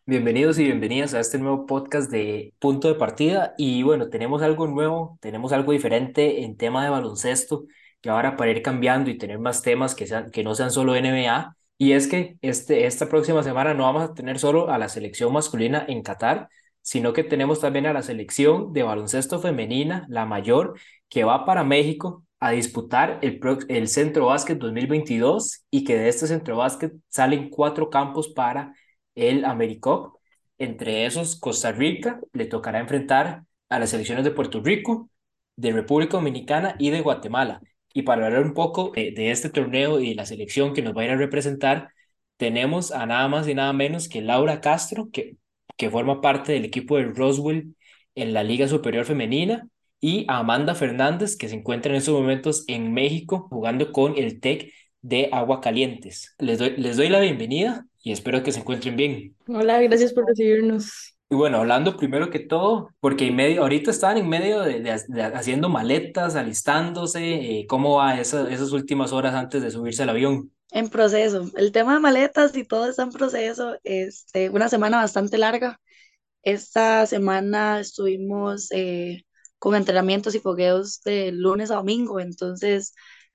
Bienvenidos y bienvenidas a este nuevo podcast de Punto de Partida. Y bueno, tenemos algo nuevo, tenemos algo diferente en tema de baloncesto, que ahora para ir cambiando y tener más temas que no sean solo NBA. Y es que esta próxima semana no vamos a tener solo a la selección masculina en Qatar, sino que tenemos también a la selección de baloncesto femenina, la mayor, que va para México a disputar el Centro Básquet 2022 y que de este Centro Básquet salen cuatro campos para el AmeriCup. Entre esos, Costa Rica le tocará enfrentar a las selecciones de Puerto Rico, de República Dominicana y de Guatemala. Y para hablar un poco de este torneo y de la selección que nos va a ir a representar, tenemos a nada más y nada menos que Laura Castro, que forma parte del equipo de Roswell en la Liga Superior Femenina, y a Amanda Fernández, que se encuentra en estos momentos en México jugando con el TEC de Aguacalientes. Les doy la bienvenida y espero que se encuentren bien. Hola, gracias por recibirnos. Y bueno, hablando primero que todo, porque ahorita están en medio de haciendo maletas, alistándose, ¿cómo va esas últimas horas antes de subirse al avión? En proceso. El tema de maletas y todo está en proceso. Una semana bastante larga. Esta semana estuvimos con entrenamientos y fogueos de lunes a domingo. Entonces,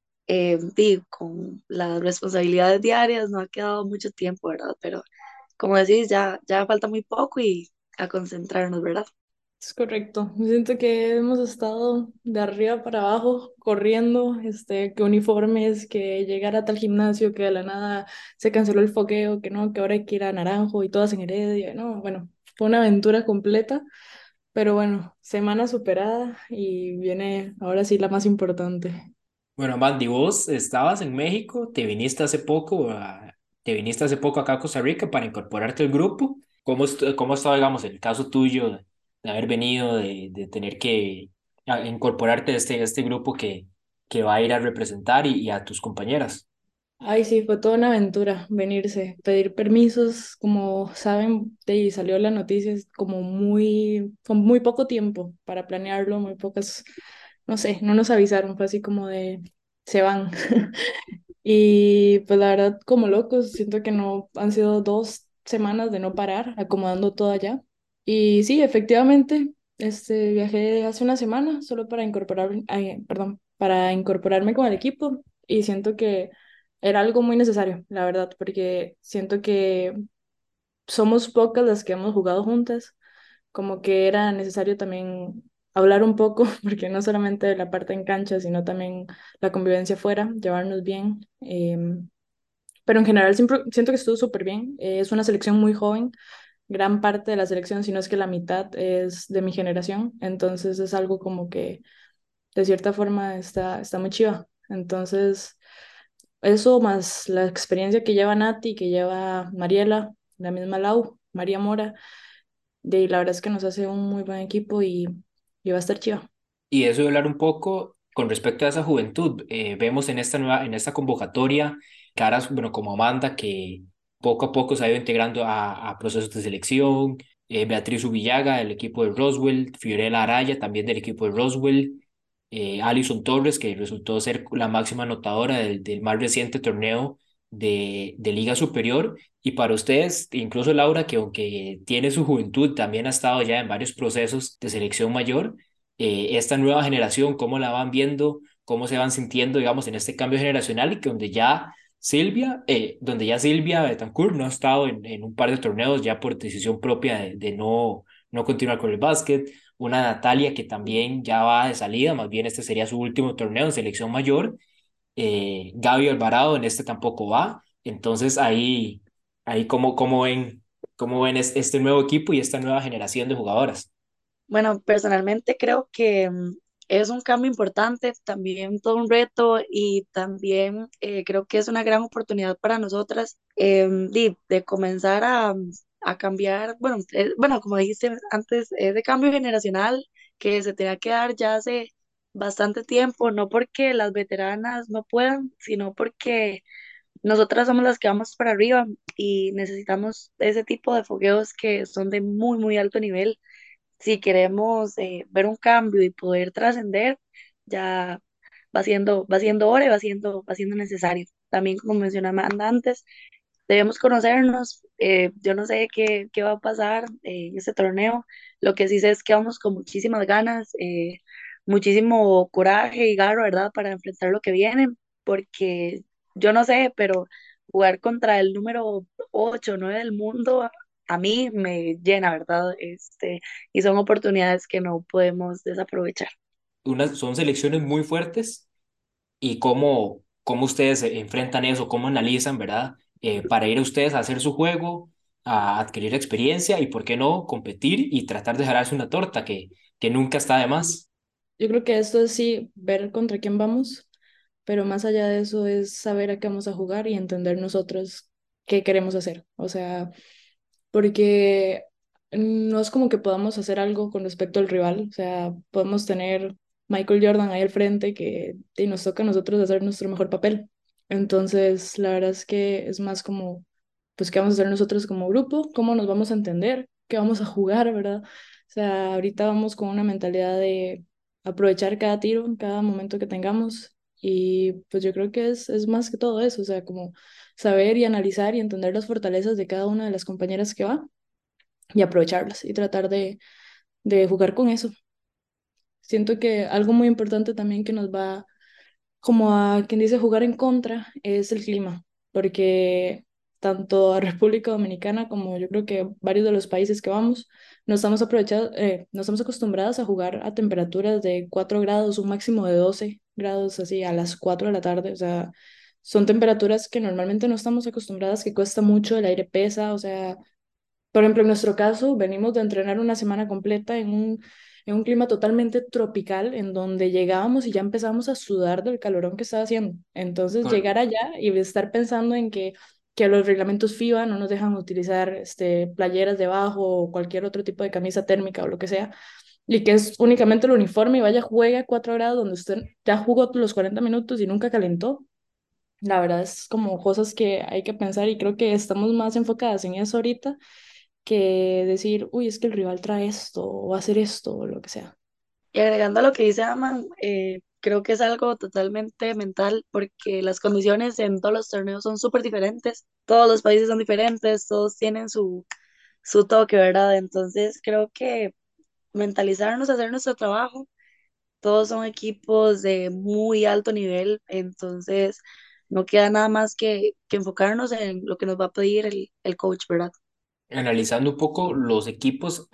con las responsabilidades diarias no ha quedado mucho tiempo, ¿verdad? Pero como decís, ya falta muy poco y a concentrarnos, ¿verdad? Es correcto. Yo siento que hemos estado de arriba para abajo corriendo, que uniformes, que llegar a tal gimnasio, que de la nada se canceló el fogueo, que no, que ahora hay que ir a Naranjo y todas en Heredia, no, bueno, fue una aventura completa, pero bueno, semana superada y viene ahora sí la más importante. Bueno, Mandy, vos estabas en México, te viniste hace poco acá a Costa Rica para incorporarte al grupo. ¿Cómo estaba, digamos, el caso tuyo de haber venido, de tener que incorporarte a este grupo que va a ir a representar y a tus compañeras? Ay, sí, fue toda una aventura venirse, pedir permisos, como saben, y salió la noticia, es como con muy poco tiempo para planearlo, muy pocas, no sé, no nos avisaron, fue así como de, se van. Y pues la verdad, como locos, siento que no, han sido 2 semanas de no parar, acomodando todo allá. Y sí, efectivamente, viajé hace una semana solo para perdón, para incorporarme con el equipo y siento que era algo muy necesario, la verdad, porque siento que somos pocas las que hemos jugado juntas, como que era necesario también hablar un poco, porque no solamente de la parte en cancha, sino también la convivencia fuera, llevarnos bien. Pero en general siento que estuvo súper bien. Es una selección muy joven. Gran parte de la selección, si no es que la mitad, es de mi generación. Entonces es algo como que de cierta forma está muy chiva. Entonces, eso más la experiencia que lleva Nati, que lleva Mariela, la misma Lau, María Mora, la verdad es que nos hace un muy buen equipo y va a estar chiva. Y eso de hablar un poco con respecto a esa juventud. Vemos en esta convocatoria caras, bueno, como Amanda, que poco a poco se ha ido integrando a procesos de selección, Beatriz Ubillaga del equipo de Roswell, Fiorella Araya también del equipo de Roswell, Alison Torres, que resultó ser la máxima anotadora del más reciente torneo de Liga Superior. Y para ustedes, incluso Laura, que aunque tiene su juventud, también ha estado ya en varios procesos de selección mayor, esta nueva generación, cómo la van viendo, cómo se van sintiendo, digamos, en este cambio generacional y que donde ya Silvia Betancourt no ha estado en un par de torneos ya por decisión propia de no continuar con el básquet, una Natalia que también ya va de salida, más bien este sería su último torneo en selección mayor, Gaby Alvarado en este tampoco va, entonces ahí cómo ven este nuevo equipo y esta nueva generación de jugadoras. Bueno, personalmente creo que es un cambio importante, también todo un reto y también creo que es una gran oportunidad para nosotras de comenzar a cambiar, bueno, como dijiste antes, es de cambio generacional que se tenía que dar ya hace bastante tiempo, no porque las veteranas no puedan, sino porque nosotras somos las que vamos para arriba y necesitamos ese tipo de fogueos que son de muy, muy alto nivel si queremos ver un cambio y poder trascender, ya va siendo hora y va siendo necesario. También, como mencionaba antes, debemos conocernos. Yo no sé qué va a pasar en este torneo. Lo que sí sé es que vamos con muchísimas ganas, muchísimo coraje y garra, ¿verdad? Para enfrentar lo que viene, porque yo no sé, pero jugar contra el número 8 o 9 del mundo a mí me llena, ¿verdad? Y son oportunidades que no podemos desaprovechar. Son selecciones muy fuertes y cómo ustedes enfrentan eso, cómo analizan, ¿verdad? Para ir a ustedes a hacer su juego, a adquirir experiencia y, ¿por qué no?, competir y tratar de jalarse una torta que nunca está de más. Yo creo que esto es sí ver contra quién vamos, pero más allá de eso es saber a qué vamos a jugar y entender nosotros qué queremos hacer. O sea, porque no es como que podamos hacer algo con respecto al rival. O sea, podemos tener Michael Jordan ahí al frente que y nos toca a nosotros hacer nuestro mejor papel. Entonces, la verdad es que es más como, pues, qué vamos a hacer nosotros como grupo, cómo nos vamos a entender, qué vamos a jugar, ¿verdad? O sea, ahorita vamos con una mentalidad de aprovechar cada tiro, cada momento que tengamos. Y pues yo creo que es más que todo eso, o sea, como saber y analizar y entender las fortalezas de cada una de las compañeras que va y aprovecharlas y tratar de jugar con eso. Siento que algo muy importante también que nos va, como a quien dice, jugar en contra es el clima, porque tanto a República Dominicana como yo creo que varios de los países que vamos, no estamos acostumbrados a jugar a temperaturas de 4 grados, un máximo de 12 grados así a las 4 de la tarde, o sea, son temperaturas que normalmente no estamos acostumbradas, que cuesta mucho, el aire pesa, o sea, por ejemplo, en nuestro caso, venimos de entrenar una semana completa en un clima totalmente tropical, en donde llegábamos y ya empezábamos a sudar del calorón que estaba haciendo. Entonces, llegar allá y estar pensando en que los reglamentos FIBA no nos dejan utilizar playeras debajo o cualquier otro tipo de camisa térmica o lo que sea, y que es únicamente el uniforme y vaya, juegue a 4 grados donde usted ya jugó los 40 minutos y nunca calentó. La verdad es como cosas que hay que pensar y creo que estamos más enfocadas en eso ahorita que decir, uy, es que el rival trae esto o va a hacer esto o lo que sea. Y agregando a lo que dice Aman, creo que es algo totalmente mental porque las condiciones en todos los torneos son súper diferentes, todos los países son diferentes, todos tienen su toque, ¿verdad? Entonces creo que mentalizarnos a hacer nuestro trabajo, todos son equipos de muy alto nivel, entonces no queda nada más que enfocarnos en lo que nos va a pedir el coach, ¿verdad? Analizando un poco los equipos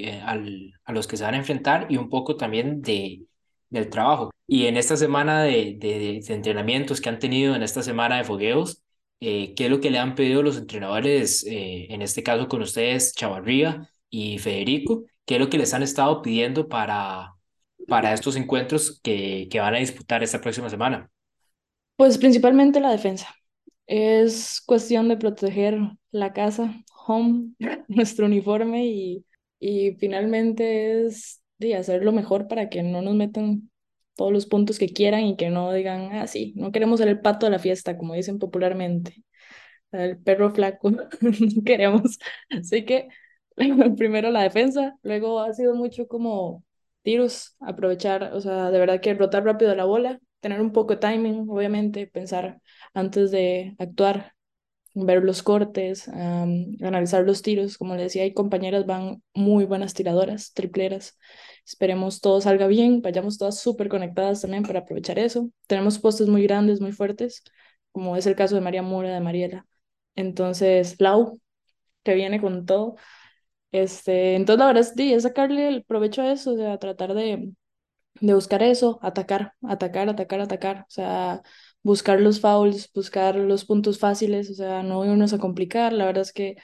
a los que se van a enfrentar y un poco también del trabajo. Y en esta semana de entrenamientos que han tenido, en esta semana de fogueos, ¿qué es lo que le han pedido los entrenadores, en este caso con ustedes, Chavarría y Federico? ¿Qué es lo que les han estado pidiendo para estos encuentros que van a disputar esta próxima semana? Pues principalmente la defensa. Es cuestión de proteger la casa, home, nuestro uniforme y finalmente es de hacer lo mejor para que no nos metan todos los puntos que quieran y que no digan, ah, sí, no queremos ser el pato de la fiesta, como dicen popularmente. El perro flaco, no queremos. Así que primero la defensa, luego ha sido mucho como tiros, aprovechar, o sea, de verdad que rotar rápido la bola, tener un poco de timing, obviamente, pensar antes de actuar, ver los cortes, analizar los tiros. Como le decía, hay compañeras van muy buenas tiradoras, tripleras. Esperemos todo salga bien, vayamos todas súper conectadas también para aprovechar eso. Tenemos postes muy grandes, muy fuertes, como es el caso de María Mora, de Mariela. Entonces, Lau, que viene con todo. Entonces, la verdad es, sí, es sacarle el provecho a eso, o sea, tratar de buscar eso, atacar, atacar, atacar, atacar, o sea, buscar los fouls, buscar los puntos fáciles, o sea, no irnos a complicar, la verdad es que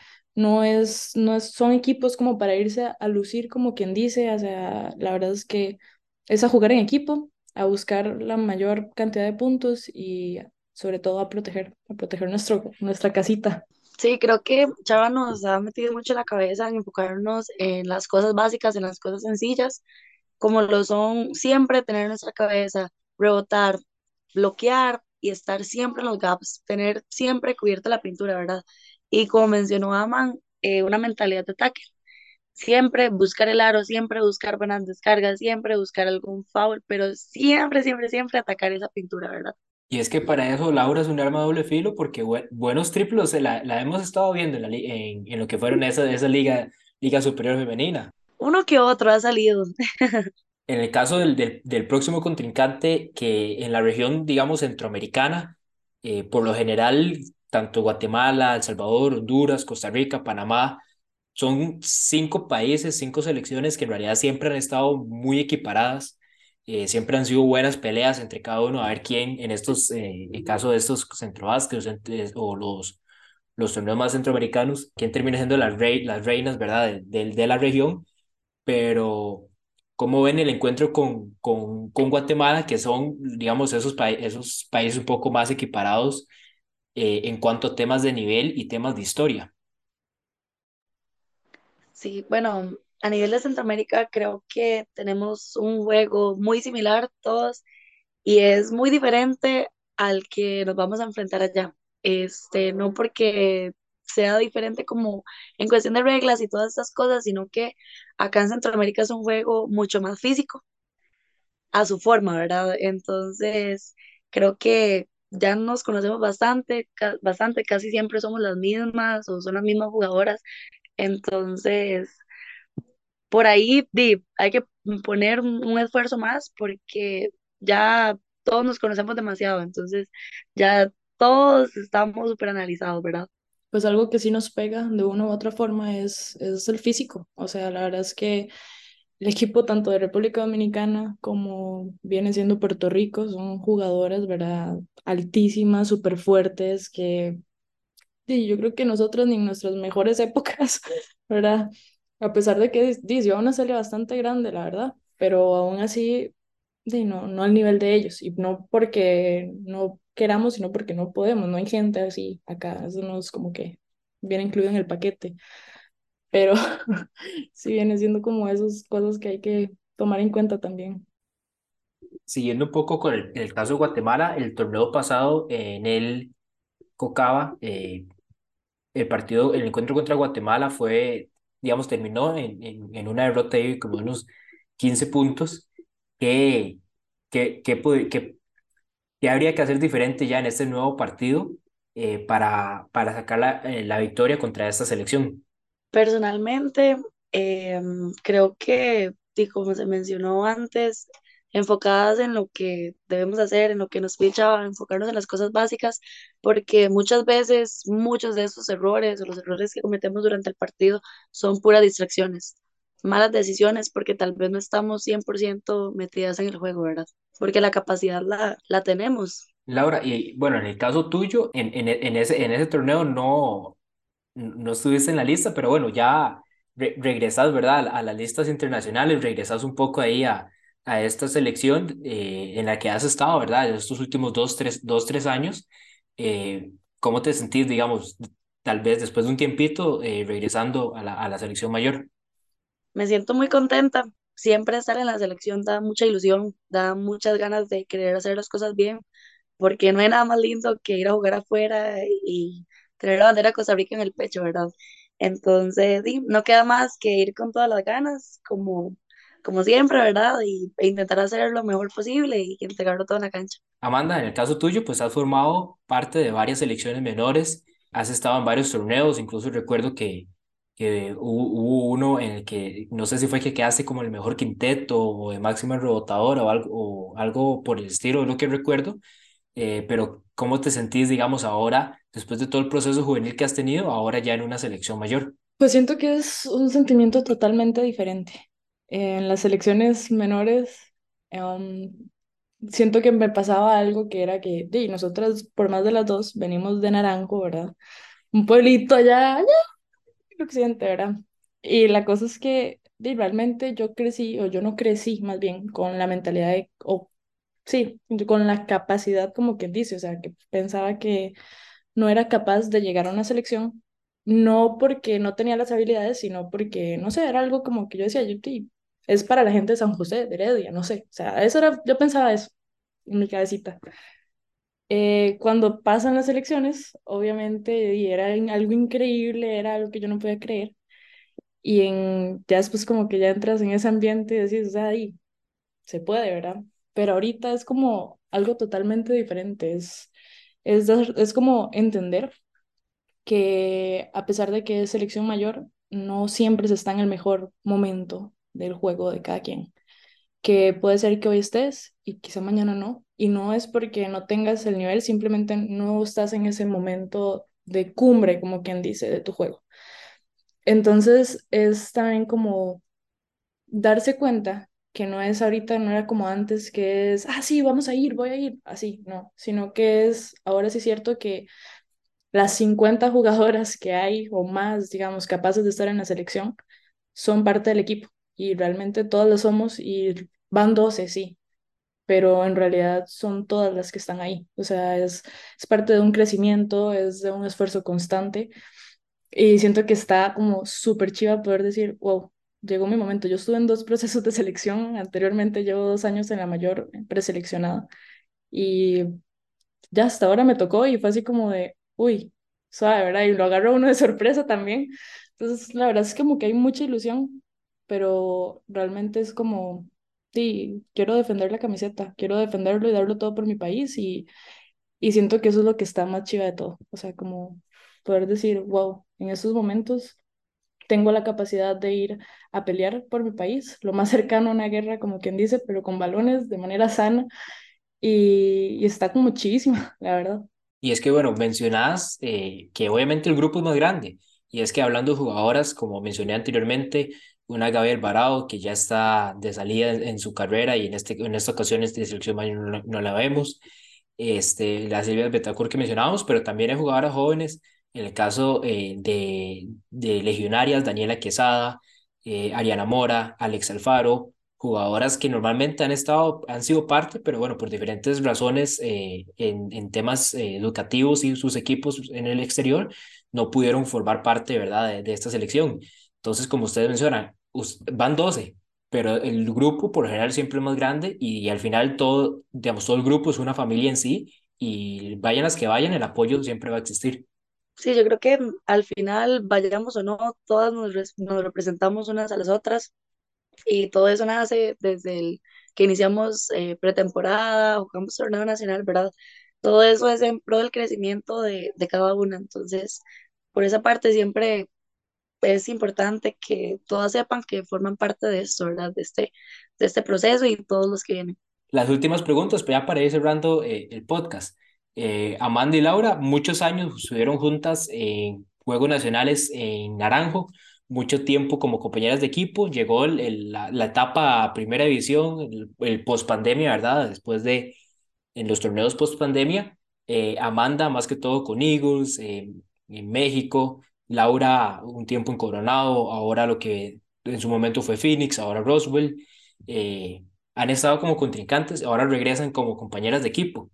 son equipos como para irse a lucir como quien dice, o sea, la verdad es que es a jugar en equipo, a buscar la mayor cantidad de puntos y sobre todo a proteger nuestra casita. Sí, creo que Chava nos ha metido mucho en la cabeza en enfocarnos en las cosas básicas, en las cosas sencillas, como lo son siempre tener en nuestra cabeza, rebotar, bloquear y estar siempre en los gaps, tener siempre cubierta la pintura, ¿verdad? Y como mencionó Aman, una mentalidad de ataque. Siempre buscar el aro, siempre buscar buenas descargas, siempre buscar algún foul, pero siempre, siempre, siempre atacar esa pintura, ¿verdad? Y es que para eso Laura es un arma de doble filo porque buenos triplos la hemos estado viendo en lo que fueron esa liga superior femenina. Uno que otro ha salido. En el caso del próximo contrincante, que en la región, digamos, centroamericana, por lo general, tanto Guatemala, El Salvador, Honduras, Costa Rica, Panamá, son 5 países, 5 selecciones que en realidad siempre han estado muy equiparadas, siempre han sido buenas peleas entre cada uno, a ver quién en en caso de estos centrobásquet o los torneos más centroamericanos, quién termina siendo las reinas, ¿verdad? De la región, pero ¿cómo ven el encuentro con Guatemala, que son, digamos, esos países un poco más equiparados en cuanto a temas de nivel y temas de historia? Sí, bueno, a nivel de Centroamérica creo que tenemos un juego muy similar todos y es muy diferente al que nos vamos a enfrentar allá. No porque sea diferente como en cuestión de reglas y todas estas cosas, sino que acá en Centroamérica es un juego mucho más físico a su forma, ¿verdad? Entonces, creo que ya nos conocemos bastante, bastante, casi siempre somos las mismas o son las mismas jugadoras. Entonces, por ahí hay que poner un esfuerzo más porque ya todos nos conocemos demasiado, entonces ya todos estamos súper analizados, ¿verdad? Pues algo que sí nos pega de una u otra forma es el físico. O sea, la verdad es que el equipo tanto de República Dominicana como viene siendo Puerto Rico son jugadoras, ¿verdad? Altísimas, súper fuertes, que sí, yo creo que nosotros ni en nuestras mejores épocas, ¿verdad? A pesar de que yo aún una serie bastante grande, la verdad, pero aún así, sí, no al nivel de ellos. Y no porque no queramos, sino porque no podemos. No hay gente así acá. Eso no es como que viene incluido en el paquete. Pero sí viene siendo como esas cosas que hay que tomar en cuenta también. Siguiendo un poco con el caso de Guatemala, el torneo pasado en el Cocaba, el encuentro contra Guatemala fue, digamos, terminó en una derrota de como unos 15 puntos. ¿Qué, qué habría que hacer diferente ya en este nuevo partido para sacar la victoria contra esta selección? Personalmente, creo que, y como se mencionó antes, enfocadas en lo que debemos hacer, en lo que nos ficha, enfocarnos en las cosas básicas, porque muchas veces muchos de esos errores o los errores que cometemos durante el partido son puras distracciones, malas decisiones, porque tal vez no estamos 100% metidas en el juego, ¿verdad? Porque la capacidad la tenemos. Laura, y bueno, en el caso tuyo, en ese torneo no estuviste en la lista, pero bueno, ya regresas, ¿verdad? A las listas internacionales, regresas un poco ahí a esta selección en la que has estado, ¿verdad? En estos últimos 2, 3 años. ¿Cómo te sentís, digamos, tal vez después de un tiempito, regresando a la selección mayor? Me siento muy contenta. Siempre estar en la selección da mucha ilusión, da muchas ganas de querer hacer las cosas bien, porque no hay nada más lindo que ir a jugar afuera y tener la bandera de Costa Rica en el pecho, ¿verdad? Entonces, sí, no queda más que ir con todas las ganas, como siempre, ¿verdad? E intentar hacer lo mejor posible y entregarlo todo en la cancha. Amanda, en el caso tuyo, pues has formado parte de varias selecciones menores, has estado en varios torneos, incluso recuerdo que hubo uno en el que no sé si fue que quedaste como el mejor quinteto o de máxima rebotadora o algo por el estilo, es lo que recuerdo. Pero ¿cómo te sentís, digamos, ahora, después de todo el proceso juvenil que has tenido, ahora ya en una selección mayor? Pues siento que es un sentimiento totalmente diferente. En las selecciones menores, em, siento que me pasaba algo que era que nosotras, por más de las dos, venimos de Naranjo, ¿verdad? Un pueblito allá en Occidente, ¿verdad? Y la cosa es que realmente yo crecí, o yo no crecí más bien, con la mentalidad de, o sí, con la capacidad, como quien dice, o sea, que pensaba que no era capaz de llegar a una selección, no porque no tenía las habilidades, sino porque, no sé, era algo como que yo decía, sí, es para la gente de San José, de Heredia, no sé, o sea, eso era, yo pensaba eso en mi cabecita. Cuando pasan las elecciones, obviamente, y era algo increíble, era algo que yo no podía creer, y ya después como que ya entras en ese ambiente y decís, o sea, ahí se puede, ¿verdad? Pero ahorita es como algo totalmente diferente. Es como entender que a pesar de que es selección mayor, no siempre se está en el mejor momento del juego de cada quien. Que puede ser que hoy estés y quizá mañana no. Y no es porque no tengas el nivel, simplemente no estás en ese momento de cumbre, como quien dice, de tu juego. Entonces es también como darse cuenta que no es ahorita, no era como antes, que es, ah, sí, vamos a ir, voy a ir, así, no, sino que es, ahora sí es cierto que las 50 jugadoras que hay o más, digamos, capaces de estar en la selección, son parte del equipo y realmente todas lo somos y van 12 sí, pero en realidad son todas las que están ahí. O sea, es parte de un crecimiento, es de un esfuerzo constante y siento que está como súper chiva poder decir, wow, llegó mi momento. Yo estuve en dos procesos de selección, anteriormente llevo 2 años en la mayor preseleccionada y ya hasta ahora me tocó y fue así como de, uy, suave, ¿verdad? Y lo agarró uno de sorpresa también. Entonces, la verdad es como que hay mucha ilusión, pero realmente es como, sí, quiero defender la camiseta, quiero defenderlo y darlo todo por mi país y siento que eso es lo que está más chiva de todo. O sea, como poder decir, wow, en estos momentos tengo la capacidad de ir a pelear por mi país, lo más cercano a una guerra, como quien dice, pero con balones, de manera sana y está como muchísima, la verdad. Y es que, bueno, mencionas que obviamente el grupo es más grande. Y es que hablando de jugadoras, como mencioné anteriormente, una Gabriel Barao, que ya está de salida en su carrera y en esta ocasión de selección mayor no la vemos. La Silvia Betancourt que mencionábamos, pero también hay jugadoras jóvenes. En el caso de legionarias, Daniela Quesada, Ariana Mora, Alex Alfaro, jugadoras que normalmente han sido parte, pero bueno, por diferentes razones en temas educativos y sus equipos en el exterior no pudieron formar parte, ¿verdad?, de esta selección. Entonces, como ustedes mencionan, van 12, pero el grupo por lo general siempre es más grande y al final todo, digamos, todo el grupo es una familia en sí y vayan las que vayan, el apoyo siempre va a existir. Sí, yo creo que al final, vayamos o no, todas nos representamos unas a las otras y todo eso nace desde el que iniciamos pretemporada, jugamos torneo nacional, ¿verdad? Todo eso es en pro del crecimiento de cada una. Entonces, por esa parte siempre es importante que todas sepan que forman parte de esto, ¿verdad? De este proceso y todos los que vienen. Las últimas preguntas, pues ya para ir cerrando el podcast. Amanda y Laura, muchos años estuvieron juntas en Juegos Nacionales en Naranjo, mucho tiempo como compañeras de equipo. Llegó la etapa a Primera División, el post pandemia, ¿verdad? Después de en los torneos post pandemia. Amanda, más que todo con Eagles, en México. Laura, un tiempo en Coronado, ahora lo que en su momento fue Phoenix, ahora Roswell. Han estado como contrincantes, ahora regresan como compañeras de equipo.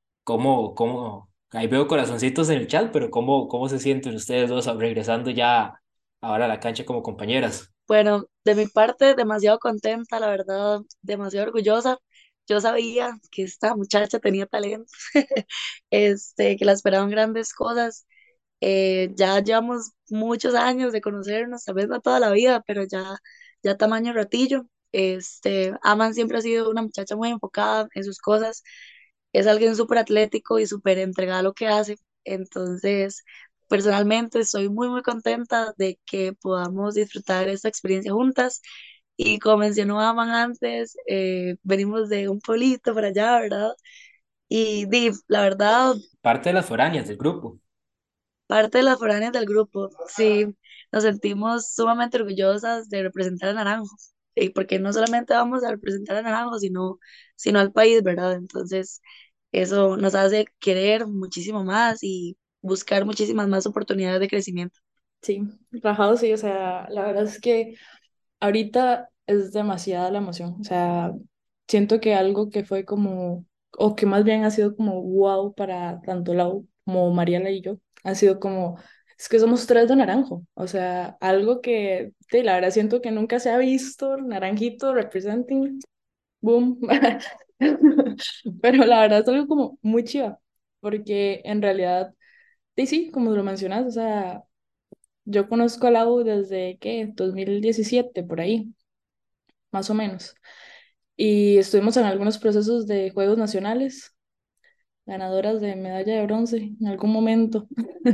Ahí veo corazoncitos en el chat, pero cómo se sienten ustedes dos regresando ya ahora a la cancha como compañeras? Bueno, de mi parte, demasiado contenta, la verdad, demasiado orgullosa. Yo sabía que esta muchacha tenía talento, que la esperaban grandes cosas. Ya llevamos muchos años de conocernos, tal vez no toda la vida, pero ya tamaño ratillo. Aman siempre ha sido una muchacha muy enfocada en sus cosas, es alguien súper atlético y súper entregado a lo que hace. Entonces, personalmente estoy muy, muy contenta de que podamos disfrutar esta experiencia juntas. Y como mencionó Aman antes, venimos de un pueblito por allá, ¿verdad? Y la verdad, Parte de las foráneas del grupo. parte de las foráneas del grupo, sí, nos sentimos sumamente orgullosas de representar a Naranjo. Y porque no solamente vamos a representar a Naranjo, sino al país, ¿verdad? Entonces, eso nos hace querer muchísimo más y buscar muchísimas más oportunidades de crecimiento. Sí, rajado sí, o sea, la verdad es que ahorita es demasiada la emoción, o sea, siento que algo que fue como, o que más bien ha sido como wow para tanto Lau como Mariela y yo, ha sido como, es que somos tres de naranjo, o sea, algo que, sí, la verdad siento que nunca se ha visto, naranjito representing, boom, pero la verdad es algo como muy chiva, porque en realidad, sí, sí, como lo mencionas, o sea, yo conozco a Lau desde, ¿qué? 2017 por ahí, más o menos. y estuvimos en algunos procesos de Juegos Nacionales, ganadoras de medalla de bronce en algún momento.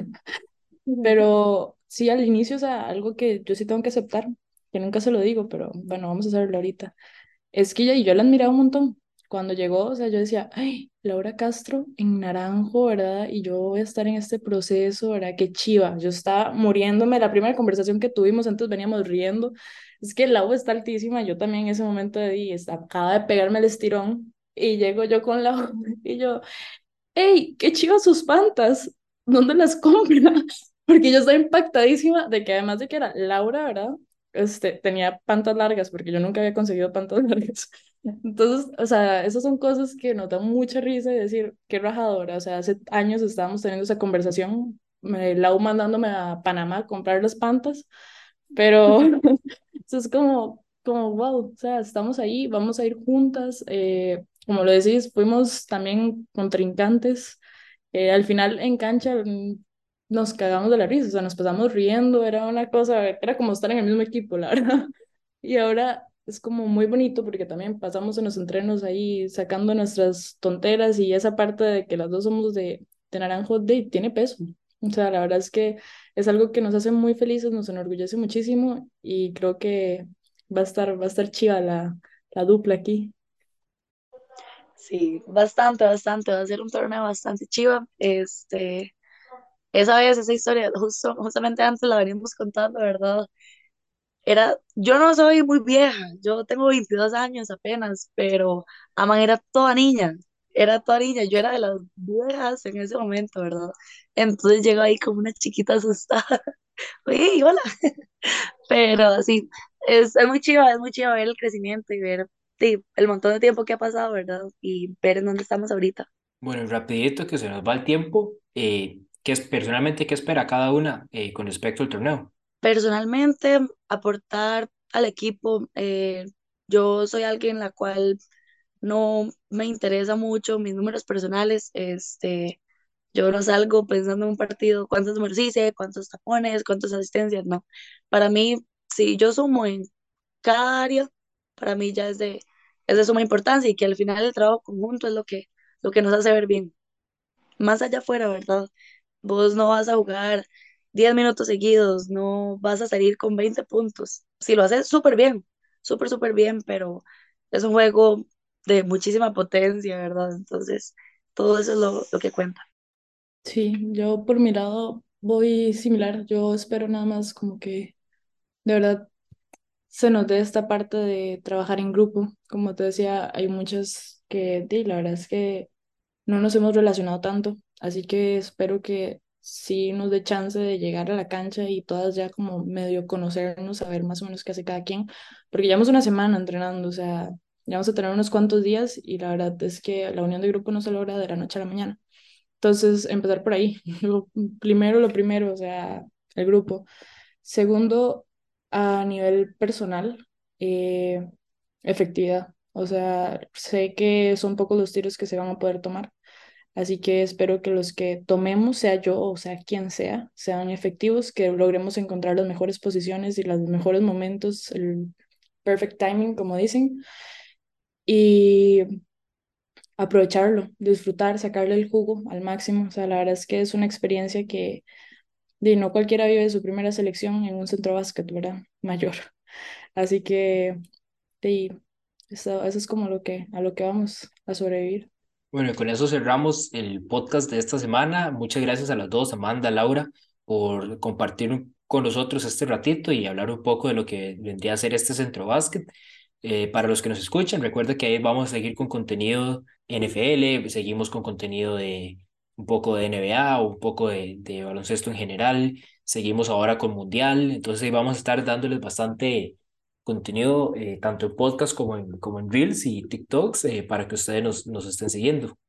Pero sí, al inicio, o sea, algo que yo sí tengo que aceptar, que nunca se lo digo, pero bueno, vamos a hacerlo ahorita. Es que ella y yo la admiraba un montón. Cuando llegó, o sea, yo decía, ay, Laura Castro en Naranjo, ¿verdad? Y yo voy a estar en este proceso, ¿verdad? Qué chiva. Yo estaba muriéndome. La primera conversación que tuvimos antes veníamos riendo. Es que la U está altísima. Yo también en ese momento acaba de pegarme el estirón. Y llego yo con la U y yo, ¡hey! ¡Qué chivas sus pantas! ¿Dónde las compra? Porque yo estaba impactadísima de que además de que era Laura, ¿verdad? Tenía pantas largas, porque yo nunca había conseguido pantas largas. Entonces, o sea, esas son cosas que nos dan mucha risa y decir, qué rajadora. O sea, hace años estábamos teniendo esa conversación, Lau mandándome a Panamá a comprar las pantas, pero eso es como, wow, o sea, estamos ahí, vamos a ir juntas. Como lo decís, fuimos también contrincantes. Al final en cancha nos cagamos de la risa, o sea, nos pasamos riendo, era una cosa, era como estar en el mismo equipo, la verdad. Y ahora es como muy bonito porque también pasamos en los entrenos ahí sacando nuestras tonteras y esa parte de que las dos somos de Naranjo tiene peso. O sea, la verdad es que es algo que nos hace muy felices, nos enorgullece muchísimo y creo que va a estar chiva la dupla aquí. Sí, bastante, bastante. Va a ser un torneo bastante chiva. Esa vez, esa historia, justamente antes la veníamos contando, ¿verdad? Yo no soy muy vieja, yo tengo 22 años apenas, pero Aman era toda niña, yo era de las viejas en ese momento, ¿verdad? Entonces llegó ahí como una chiquita asustada, oye, hola, pero sí, es muy chiva ver el crecimiento y ver sí, el montón de tiempo que ha pasado, ¿verdad? Y ver en dónde estamos ahorita. Bueno, y rapidito que se nos va el tiempo, ¿qué es personalmente qué espera cada una con respecto al torneo? Personalmente, aportar al equipo, yo soy alguien la cual no me interesa mucho mis números personales, yo no salgo pensando en un partido, cuántos números hice, cuántos tapones, cuántas asistencias, no. Para mí, si yo sumo en cada área, para mí ya es de suma importancia y que al final el trabajo conjunto es lo que nos hace ver bien. Más allá afuera, ¿verdad? Vos no vas a jugar 10 minutos seguidos, no vas a salir con 20 puntos. Si lo haces súper bien, súper, súper bien, pero es un juego de muchísima potencia, ¿verdad? Entonces, todo eso es lo que cuenta. Sí, yo por mi lado voy similar. Yo espero nada más como que de verdad se nos dé esta parte de trabajar en grupo. Como te decía, hay muchas que, la verdad es que no nos hemos relacionado tanto, así que espero que sí nos dé chance de llegar a la cancha y todas ya como medio conocernos, saber más o menos qué hace cada quien, porque llevamos una semana entrenando, o sea, ya vamos a tener unos cuantos días y la verdad es que la unión de grupo no se logra de la noche a la mañana. Entonces, empezar por ahí. Lo primero, o sea, el grupo. Segundo, a nivel personal, eh, efectividad. O sea, sé que son pocos los tiros que se van a poder tomar, así que espero que los que tomemos, sea yo o sea quien sea, sean efectivos, que logremos encontrar las mejores posiciones y los mejores momentos, el perfect timing, como dicen, y aprovecharlo, disfrutar, sacarle el jugo al máximo. O sea, la verdad es que es una experiencia que no cualquiera vive su primera selección en un centro básquet, ¿verdad? Mayor. Así que sí, eso es como a lo que vamos a sobrevivir. Bueno, y con eso cerramos el podcast de esta semana. Muchas gracias a las dos, Amanda, Laura, por compartir con nosotros este ratito y hablar un poco de lo que vendría a ser este centro básquet. Para los que nos escuchan, recuerda que ahí vamos a seguir con contenido NFL, seguimos con contenido de un poco de NBA, un poco de baloncesto en general, seguimos ahora con Mundial, entonces ahí vamos a estar dándoles bastante contenido, tanto en podcast como en Reels y TikToks, para que ustedes nos estén siguiendo.